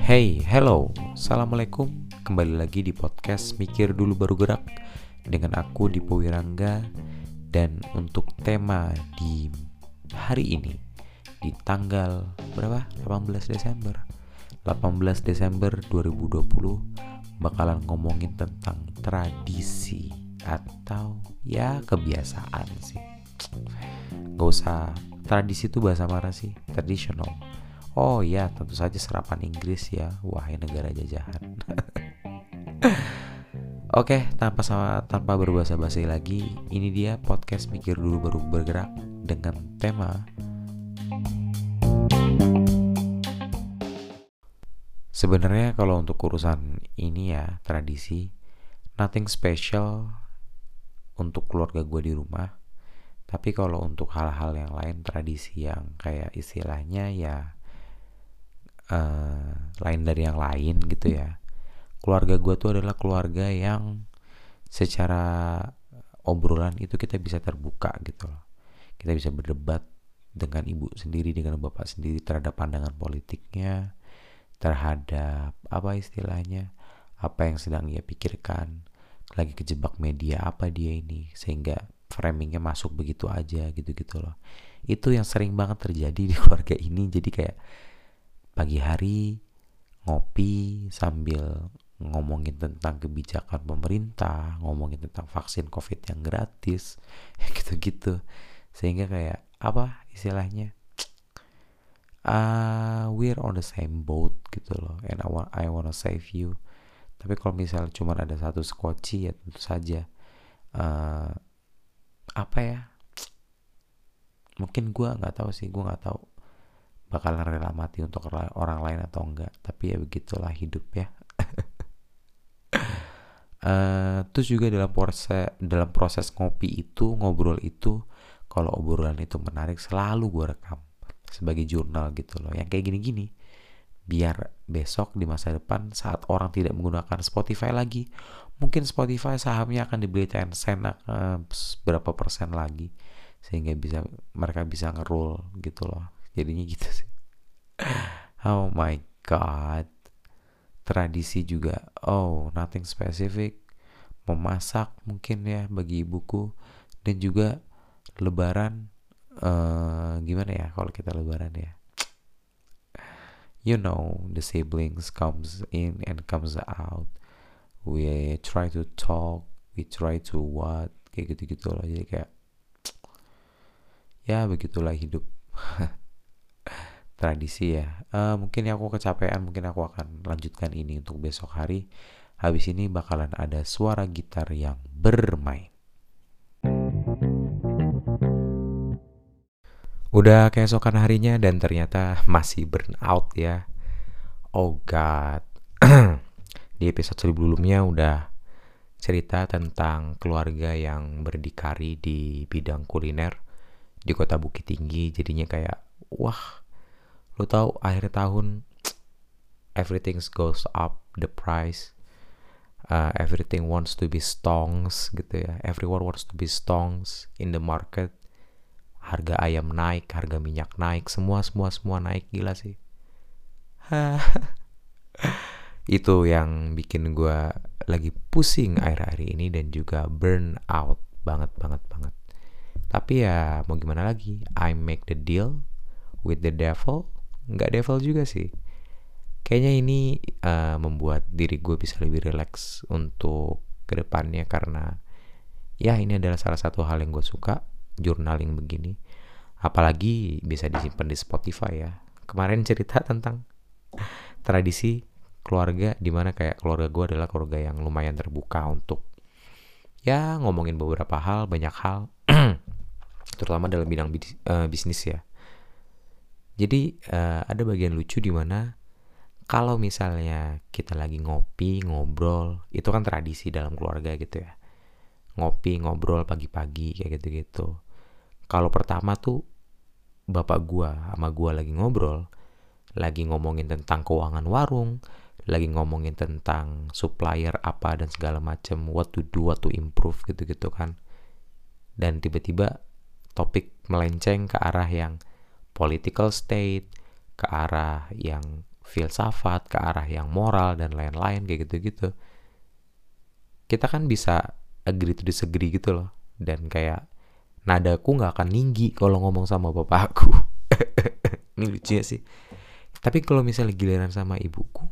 Hey, hello, assalamualaikum. Kembali lagi di podcast Mikir Dulu Baru Gerak dengan aku Dipo Wirangga. Dan untuk tema di hari ini, di tanggal berapa? 18 Desember 2020 bakalan ngomongin tentang tradisi atau ya kebiasaan sih. Gak usah, tradisi itu bahasa mana sih? Traditional. Oh ya, tentu saja serapan Inggris ya, wahai negara jajahan. Oke, tanpa berbahasa-basi lagi, ini dia podcast Mikir Dulu Baru Bergerak dengan tema sebenarnya kalau untuk urusan ini ya, tradisi, nothing special untuk keluarga gue di rumah. Tapi kalau untuk hal-hal yang lain, tradisi yang kayak istilahnya ya lain dari yang lain gitu ya. Keluarga gue tuh adalah keluarga yang secara obrolan itu kita bisa terbuka gitu loh. Kita bisa berdebat dengan ibu sendiri, dengan bapak sendiri terhadap pandangan politiknya, terhadap apa istilahnya, apa yang sedang ia pikirkan, lagi kejebak media apa dia ini, sehingga framingnya masuk begitu aja gitu-gitu loh. Itu yang sering banget terjadi di keluarga ini. Jadi kayak pagi hari ngopi sambil ngomongin tentang kebijakan pemerintah, ngomongin tentang vaksin COVID yang gratis, gitu-gitu. Sehingga kayak apa istilahnya, we're on the same boat gitu loh, and I wanna save you. Tapi kalau misalnya cuma ada satu skoci ya tentu saja apa ya, mungkin gue nggak tahu bakalan rela mati untuk orang lain atau enggak. Tapi ya begitulah hidup ya. Terus juga dalam proses ngobrol itu, kalau obrolan itu menarik selalu gue rekam sebagai jurnal gitu loh, yang kayak gini-gini, biar besok di masa depan saat orang tidak menggunakan Spotify lagi, mungkin Spotify sahamnya akan dibeli Tencent berapa persen lagi, sehingga mereka bisa ngerul gitu loh. Jadinya gitu sih. Oh my god. Tradisi juga, oh nothing specific. Memasak mungkin ya bagi ibuku. Dan juga lebaran, gimana ya kalau kita lebaran ya, you know, the siblings comes in and comes out. We try to talk, we try to what, kayak gitu-gitu loh. Jadi kayak ya begitulah hidup. Tradisi ya. Mungkin aku kecapean, mungkin aku akan lanjutkan ini untuk besok hari. Habis ini bakalan ada suara gitar yang bermain. Udah keesokan harinya dan ternyata masih burn out ya. Oh god. Di episode sebelumnya udah cerita tentang keluarga yang berdikari di bidang kuliner di kota Bukit Tinggi. Jadinya kayak wah, lo tahu akhir tahun everything goes up the price, everything wants to be stongs gitu ya, everyone wants to be stongs in the market. Harga ayam naik, harga minyak naik, semua naik, gila sih. Itu yang bikin gue lagi pusing akhir-akhir ini dan juga burn out banget. Tapi ya mau gimana lagi, I make the deal with the devil. Nggak devil juga sih. Kayaknya ini membuat diri gue bisa lebih relax untuk kedepannya, karena ya ini adalah salah satu hal yang gue suka, journaling begini. Apalagi bisa disimpan di Spotify ya. Kemarin cerita tentang tradisi keluarga, dimana kayak keluarga gue adalah keluarga yang lumayan terbuka untuk ya ngomongin beberapa hal, banyak hal, terutama dalam bidang bisnis ya. Jadi ada bagian lucu di mana kalau misalnya kita lagi ngopi, ngobrol, itu kan tradisi dalam keluarga gitu ya. Ngopi, ngobrol pagi-pagi kayak gitu-gitu. Kalau pertama tuh bapak gua sama gua lagi ngobrol, lagi ngomongin tentang keuangan warung, lagi ngomongin tentang supplier apa dan segala macam, what to do, what to improve gitu-gitu kan. Dan tiba-tiba topik melenceng ke arah yang political state, ke arah yang filsafat, ke arah yang moral dan lain-lain kayak gitu-gitu, kita kan bisa agree to disagree gitu loh. Dan kayak nadaku nggak akan tinggi kalau ngomong sama bapakku. Ini lucu ya sih. Tapi kalau misalnya giliran sama ibuku,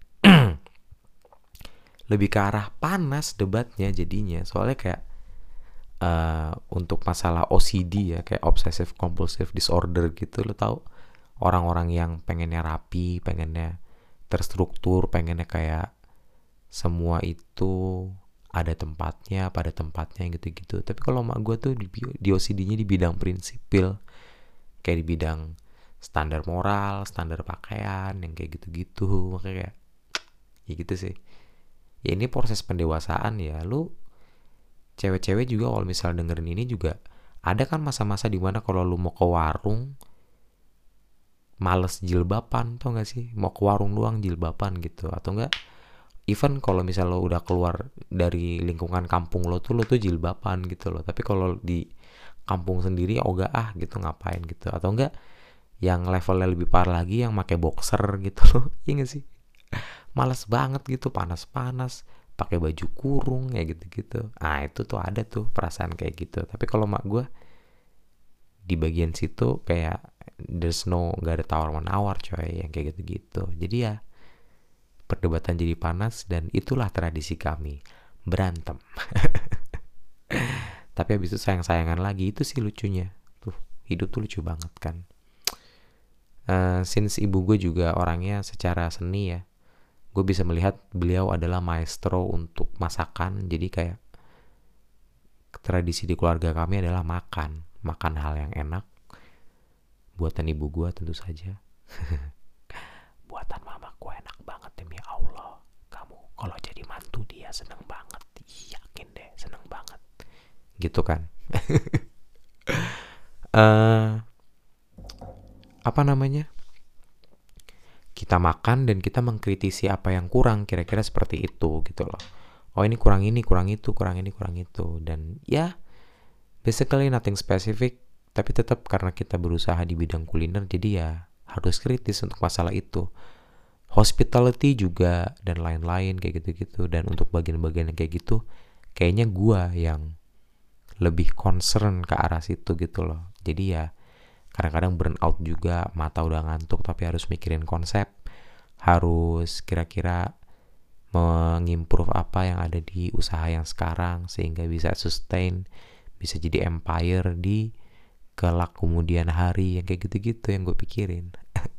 lebih ke arah panas debatnya jadinya. Soalnya kayak untuk masalah OCD ya, kayak obsessive compulsive disorder gitu, lo tau orang-orang yang pengennya rapi, pengennya terstruktur, pengennya kayak semua itu ada tempatnya, pada tempatnya gitu-gitu. Tapi kalau emak gue tuh di OCD-nya di bidang prinsipil, kayak di bidang standar moral, standar pakaian, yang kayak gitu-gitu. Makanya kayak ya gitu sih. Ya ini proses pendewasaan ya. Lu cewek-cewek juga kalau misal dengerin ini juga ada kan masa-masa dimana kalau lu mau ke warung males jilbaban, tau gak sih? Mau ke warung doang jilbaban gitu. Atau enggak, even kalau misal lo udah keluar dari lingkungan kampung lo tuh jilbaban gitu loh. Tapi kalau di kampung sendiri ogah gitu ngapain gitu. Atau enggak yang levelnya lebih parah lagi yang pakai boxer gitu loh. Iya gak sih? Males banget gitu, panas-panas, pakai baju kurung kayak gitu-gitu. Ah itu tuh ada tuh perasaan kayak gitu. Tapi kalau mak gue di bagian situ kayak gak ada tawar menawar coy, yang kayak gitu-gitu. Jadi ya perdebatan jadi panas dan itulah tradisi kami, berantem. Tapi habis itu sayang-sayangan lagi, itu sih lucunya. Tuh, hidup tuh lucu banget kan. Since ibu gue juga orangnya secara seni ya, gue bisa melihat beliau adalah maestro untuk masakan. Jadi kayak tradisi di keluarga kami adalah makan hal yang enak. Buatan ibu gue tentu saja. Buatan mama gue enak banget demi Allah. Kamu kalau jadi mantu dia seneng banget, yakin deh seneng banget. Gitu kan. Apa namanya? Kita makan dan kita mengkritisi apa yang kurang, kira-kira seperti itu gitu loh. Oh ini, kurang itu, kurang ini, kurang itu. Dan ya basically nothing specific, tapi tetap karena kita berusaha di bidang kuliner, jadi ya harus kritis untuk masalah itu. Hospitality juga dan lain-lain kayak gitu-gitu. Dan untuk bagian-bagian yang kayak gitu, kayaknya gua yang lebih concern ke arah situ gitu loh. Jadi ya kadang-kadang burn out juga, mata udah ngantuk tapi harus mikirin konsep, harus kira-kira mengimprove apa yang ada di usaha yang sekarang sehingga bisa sustain, bisa jadi empire di kelak kemudian hari, yang kayak gitu-gitu yang gue pikirin.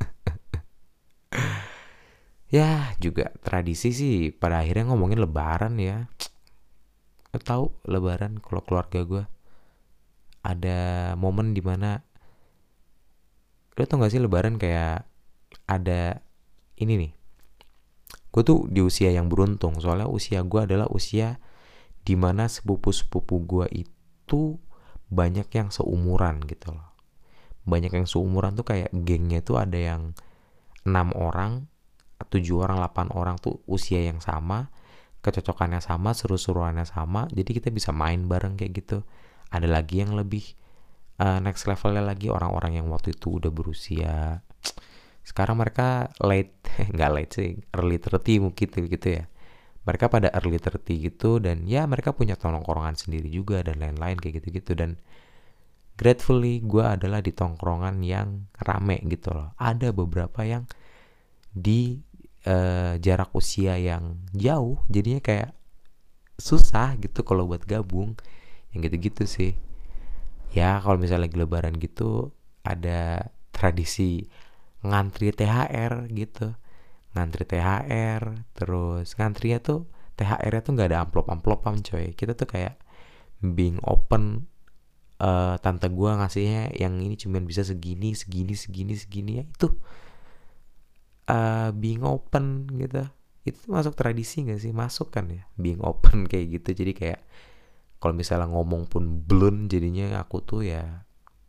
Ya juga tradisi sih pada akhirnya ngomongin lebaran ya. Lo tahu lebaran kalau keluarga gue ada momen dimana, lo tau gak sih lebaran kayak ada ini nih. Gue tuh di usia yang beruntung, soalnya usia gue adalah usia dimana sepupu-sepupu gue itu banyak yang seumuran gitu loh. Banyak yang seumuran tuh kayak gengnya tuh ada yang 6 orang, 7 orang, 8 orang tuh usia yang sama, kecocokannya sama, seru-seruannya sama. Jadi kita bisa main bareng kayak gitu. Ada lagi yang lebih next levelnya lagi, orang-orang yang waktu itu udah berusia, sekarang mereka late, nggak late sih, early 30 mungkin gitu ya. Mereka pada early 30 gitu, dan ya mereka punya tongkrongan sendiri juga dan lain-lain kayak gitu-gitu. Dan gratefully gue adalah di tongkrongan yang rame gitu loh. Ada beberapa yang di jarak usia yang jauh, jadinya kayak susah gitu kalau buat gabung, yang gitu-gitu sih. Ya kalau misalnya lagi lebaran gitu ada tradisi ngantri THR gitu. Ngantri THR, terus ngantrinya tuh THR-nya tuh nggak ada amplop-amplopan coy. Kita tuh kayak being open. Tante gue ngasihnya yang ini cuman bisa segini ya, itu being open gitu. Itu masuk tradisi gak sih? Masuk kan ya, being open kayak gitu. Jadi kayak kalau misalnya ngomong pun belum, jadinya aku tuh ya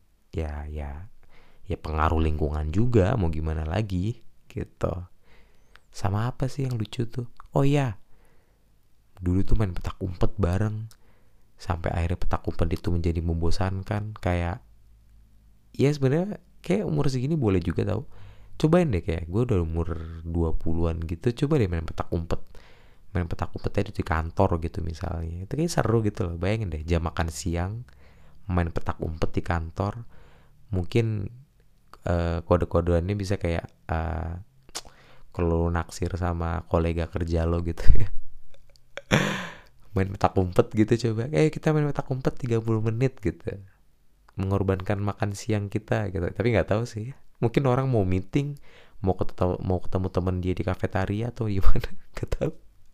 pengaruh lingkungan juga, mau gimana lagi gitu. Sama apa sih yang lucu tuh? Oh iya, dulu tuh main petak umpet bareng, sampai akhirnya petak umpet itu menjadi membosankan. Kayak ya sebenarnya kayak umur segini boleh juga tau, Cobain deh, kayak gue udah umur 20-an gitu, coba deh main petak umpet. Main petak umpetnya di kantor gitu misalnya. Itu kayak seru gitu loh. Bayangin deh, jam makan siang main petak umpet di kantor. Mungkin kode-kodeannya bisa kayak kalau naksir sama kolega kerja lo gitu ya. Main petak umpet gitu, coba. Kita main petak umpet 30 menit gitu. Mengorbankan makan siang kita gitu. Tapi nggak tahu sih. Mungkin orang mau meeting, mau ketemu teman dia di kafetaria atau gimana, gak tahu.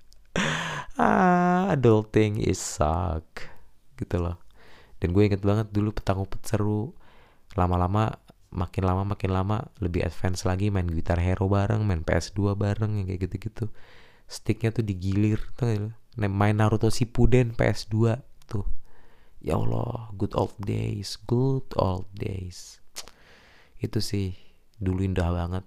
Adulting is suck gitu loh. Dan gue inget banget dulu petang umpet seru. Lama-lama, makin lama lebih advance lagi, main gitar hero bareng, main PS2 bareng, yang kayak gitu-gitu. Sticknya tuh digilir tuh, main Naruto Shippuden PS2 tuh. Ya Allah, good old days, good old days. Itu sih dulu indah banget.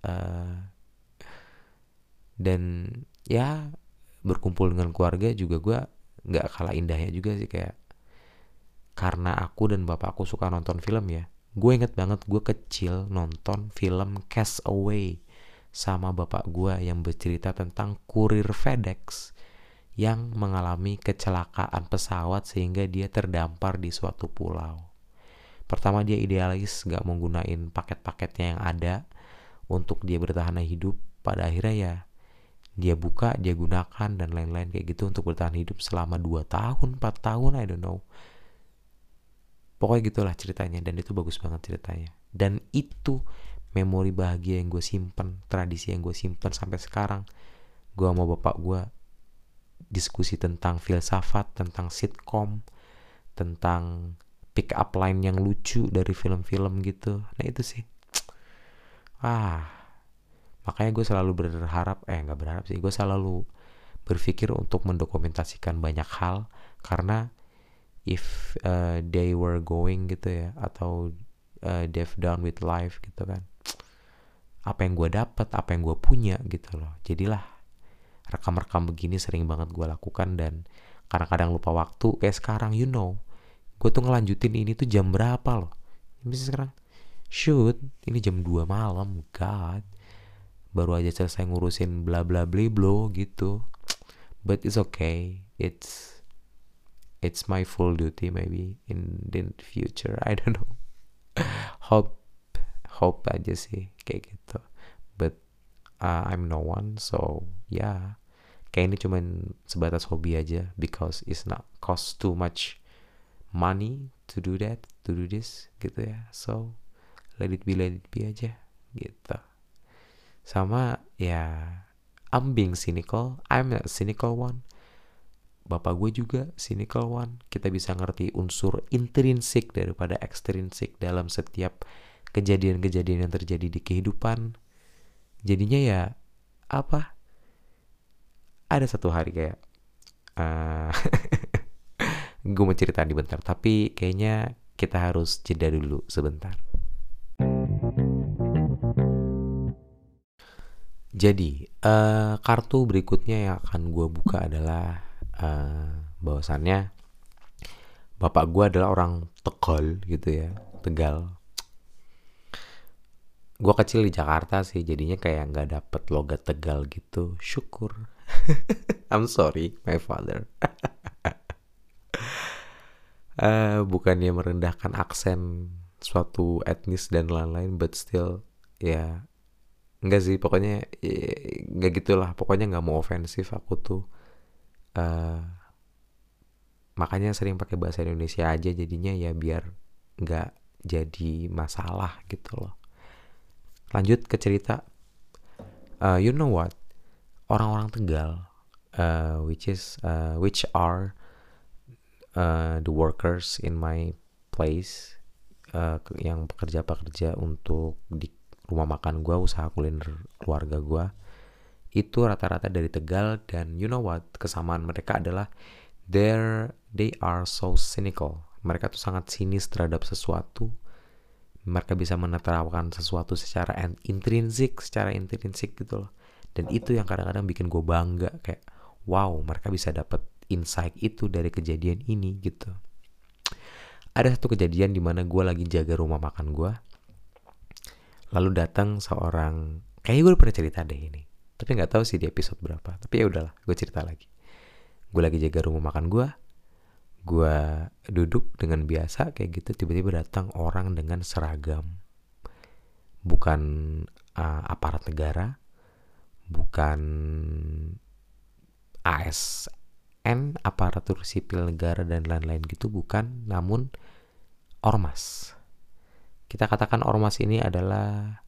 Dan ya, berkumpul dengan keluarga juga gue nggak kalah indahnya juga sih. Kayak karena aku dan bapakku suka nonton film ya, gue inget banget gue kecil nonton film Castaway sama bapak gue yang bercerita tentang kurir FedEx yang mengalami kecelakaan pesawat sehingga dia terdampar di suatu pulau. Pertama dia idealis gak mau gunain paket-paketnya yang ada untuk dia bertahan hidup. Pada akhirnya ya dia buka, dia gunakan dan lain-lain kayak gitu untuk bertahan hidup selama 2 tahun, 4 tahun, I don't know. Pokoknya gitulah ceritanya, dan itu bagus banget ceritanya. Dan itu memori bahagia yang gue simpen, tradisi yang gue simpen sampai sekarang. Gue sama bapak gue diskusi tentang filsafat, tentang sitkom, tentang pick up line yang lucu dari film-film gitu. Nah itu sih. Makanya gue selalu berharap, gak berharap sih, gue selalu berpikir untuk mendokumentasikan banyak hal. Karena if they were going gitu ya, atau they've done with life gitu kan, apa yang gue dapat, apa yang gue punya gitu loh. Jadilah rekam-rekam begini sering banget gue lakukan, dan kadang-kadang lupa waktu. Kayak sekarang, gue tuh ngelanjutin ini tuh jam berapa loh. Misalnya sekarang shoot, ini jam 2 malam, god, baru aja selesai ngurusin bla bla bla blo gitu. But it's okay, it's my full duty maybe in the future, I don't know. hope aja sih kayak gitu. But I'm no one, so yeah, kayak ini cuman sebatas hobi aja, because it's not cost too much money to do that, to do this gitu ya. So let it be aja gitu. Sama ya, I'm being cynical, I'm a cynical one, bapak gue juga cynical one. Kita bisa ngerti unsur intrinsik daripada ekstrinsik dalam setiap kejadian-kejadian yang terjadi di kehidupan. Jadinya ya ada satu hari kayak gue mau cerita nih bentar, tapi kayaknya kita harus jeda dulu sebentar. Jadi kartu berikutnya yang akan gue buka adalah bahwasannya bapak gue adalah orang Tegal gitu ya, Tegal. Gue kecil di Jakarta sih, jadinya kayak nggak dapet logat Tegal gitu. Syukur. I'm sorry, my father. Bukannya merendahkan aksen suatu etnis dan lain-lain, but still ya, enggak sih, pokoknya nggak gitulah. Pokoknya nggak mau ofensif aku tuh. Makanya sering pakai bahasa Indonesia aja, jadinya ya biar nggak jadi masalah gitu loh. Lanjut ke cerita. You know what? Orang-orang Tegal, which are the workers in my place, yang pekerja-pekerja untuk di rumah makan gue, usaha kuliner keluarga gue, itu rata-rata dari Tegal. Dan you know what? Kesamaan mereka adalah they are so cynical. Mereka tuh sangat sinis terhadap sesuatu. Mereka bisa menertawakan sesuatu secara intrinsik gitu loh. Dan itu yang kadang-kadang bikin gue bangga, kayak wow, mereka bisa dapat insight itu dari kejadian ini gitu. Ada satu kejadian di mana gue lagi jaga rumah makan gue. Lalu datang seorang, kayaknya gue udah pernah cerita deh ini, tapi nggak tahu sih di episode berapa. Tapi ya udahlah, gue cerita lagi. Gue lagi jaga rumah makan gue duduk dengan biasa kayak gitu, tiba-tiba datang orang dengan seragam, bukan aparat negara, bukan ASN, aparatur sipil negara dan lain-lain gitu, bukan, namun ormas. Kita katakan ormas ini adalah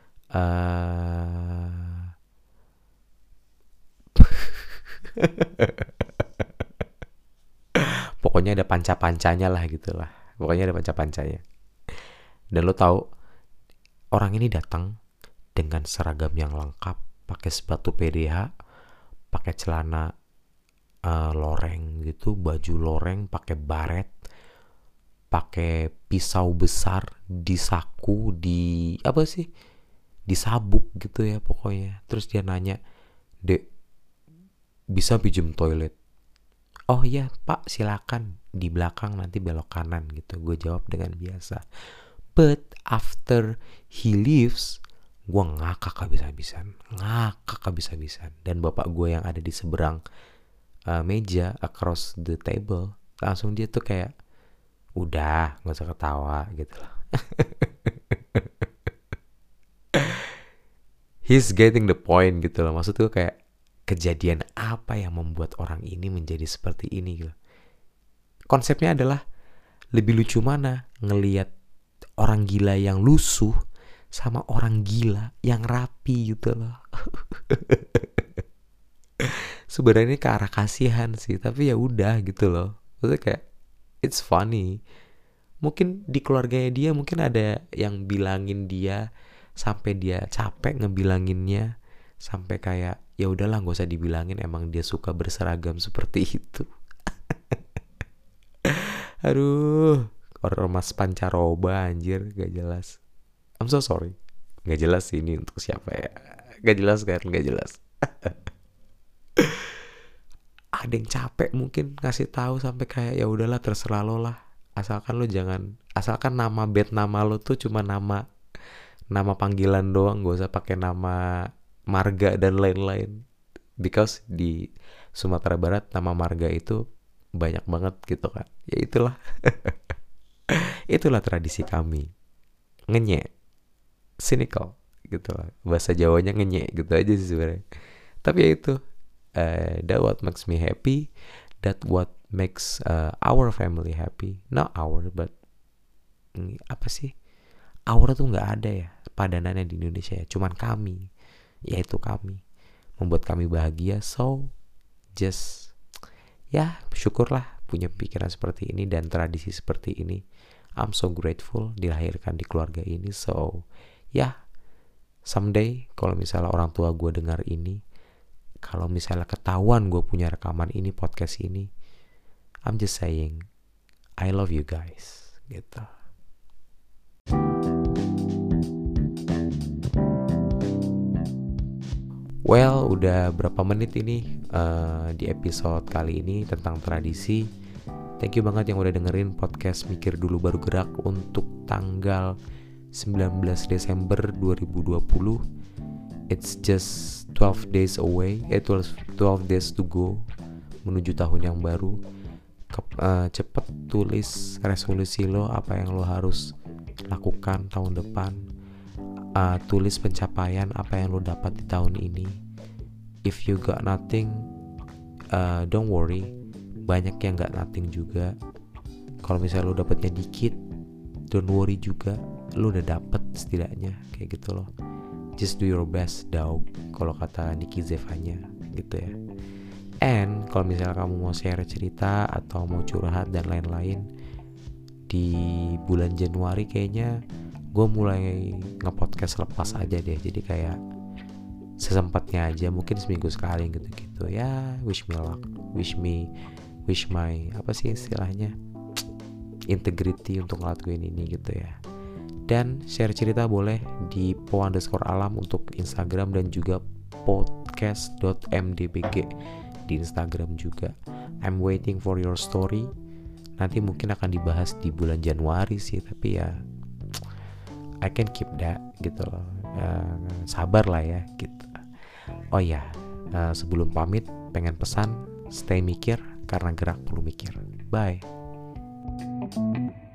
pokoknya ada panca-pancanya lah gitu lah. Pokoknya ada panca-pancanya. Dan lo tahu, orang ini datang dengan seragam yang lengkap, pakai sepatu PDH, pakai celana loreng gitu, baju loreng, pakai baret, pakai pisau besar, disaku, disabuk gitu ya pokoknya. Terus dia nanya, "Dek, bisa pinjem toilet?" "Oh iya pak, silakan, di belakang nanti belok kanan," gitu. Gue jawab dengan biasa. But after he leaves, gue ngakak habis-habisan. Dan bapak gue yang ada di seberang meja, across the table, langsung dia tuh kayak, "Udah, gak usah ketawa," gitu loh. He's getting the point gitu loh. Maksud gue kayak, kejadian apa yang membuat orang ini menjadi seperti ini gitu. Konsepnya adalah, lebih lucu mana ngelihat orang gila yang lusuh sama orang gila yang rapi gitu loh. Sebenarnya ke arah kasihan sih, tapi ya udah gitu loh. Maksudnya kayak, it's funny. Mungkin di keluarganya dia mungkin ada yang bilangin dia sampai dia capek ngebilanginnya, sampai kayak ya udahlah gak usah dibilangin, emang dia suka berseragam seperti itu. Aduh, ormas pancaroba anjir, gak jelas. I'm so sorry. Gak jelas sih ini untuk siapa ya. Gak jelas kan, gak jelas. Ada yang capek mungkin ngasih tahu sampai kayak ya udahlah terserah lo lah. Asalkan nama bed nama lo tuh cuma nama panggilan doang, gak usah pakai nama marga dan lain-lain. Because di Sumatera Barat nama marga itu banyak banget gitu kan. Ya itulah. Itulah tradisi kami. Ngenyek, cynical gitu lah. Bahasa Jawanya ngenyek gitu aja sih sebenarnya. Tapi ya itu, that what makes me happy, that what makes our family happy. Not our, but apa sih? Our tuh nggak ada ya padanannya di Indonesia ya. Cuman kami, yaitu kami, membuat kami bahagia. So just ya syukurlah punya pikiran seperti ini dan tradisi seperti ini. I'm so grateful dilahirkan di keluarga ini. So ya, someday kalau misalnya orang tua gue dengar ini, kalau misalnya ketahuan gue punya rekaman ini, podcast ini, I'm just saying I love you guys gitu. Well, udah berapa menit ini di episode kali ini tentang tradisi. Thank you banget yang udah dengerin podcast Mikir Dulu Baru Gerak untuk tanggal 19 Desember 2020. It's just 12 days away, 12 days to go menuju tahun yang baru. Cepet tulis resolusi lo, apa yang lo harus lakukan tahun depan. Tulis pencapaian apa yang lo dapat di tahun ini. If you got nothing, don't worry, banyak yang got nothing juga. Kalau misalnya lo dapatnya dikit, don't worry juga, lo udah dapet setidaknya, kayak gitu loh. Just do your best, dog, kalau kata Niki Zevanya gitu ya. And kalau misalnya kamu mau share cerita atau mau curhat dan lain-lain, di bulan Januari kayaknya gue mulai nge-podcast lepas aja deh. Jadi kayak sesempatnya aja, mungkin seminggu sekali gitu-gitu ya. Wish me luck, wish my apa sih istilahnya, integrity untuk ngelakuin ini gitu ya. Dan share cerita boleh di _alam untuk Instagram dan juga podcast.mdbg di Instagram juga. I'm waiting for your story. Nanti mungkin akan dibahas di bulan Januari sih, tapi ya I can keep that gitu loh. Sabar lah ya gitu. Oh ya, sebelum pamit pengen pesan, stay mikir karena gerak perlu mikir. Bye.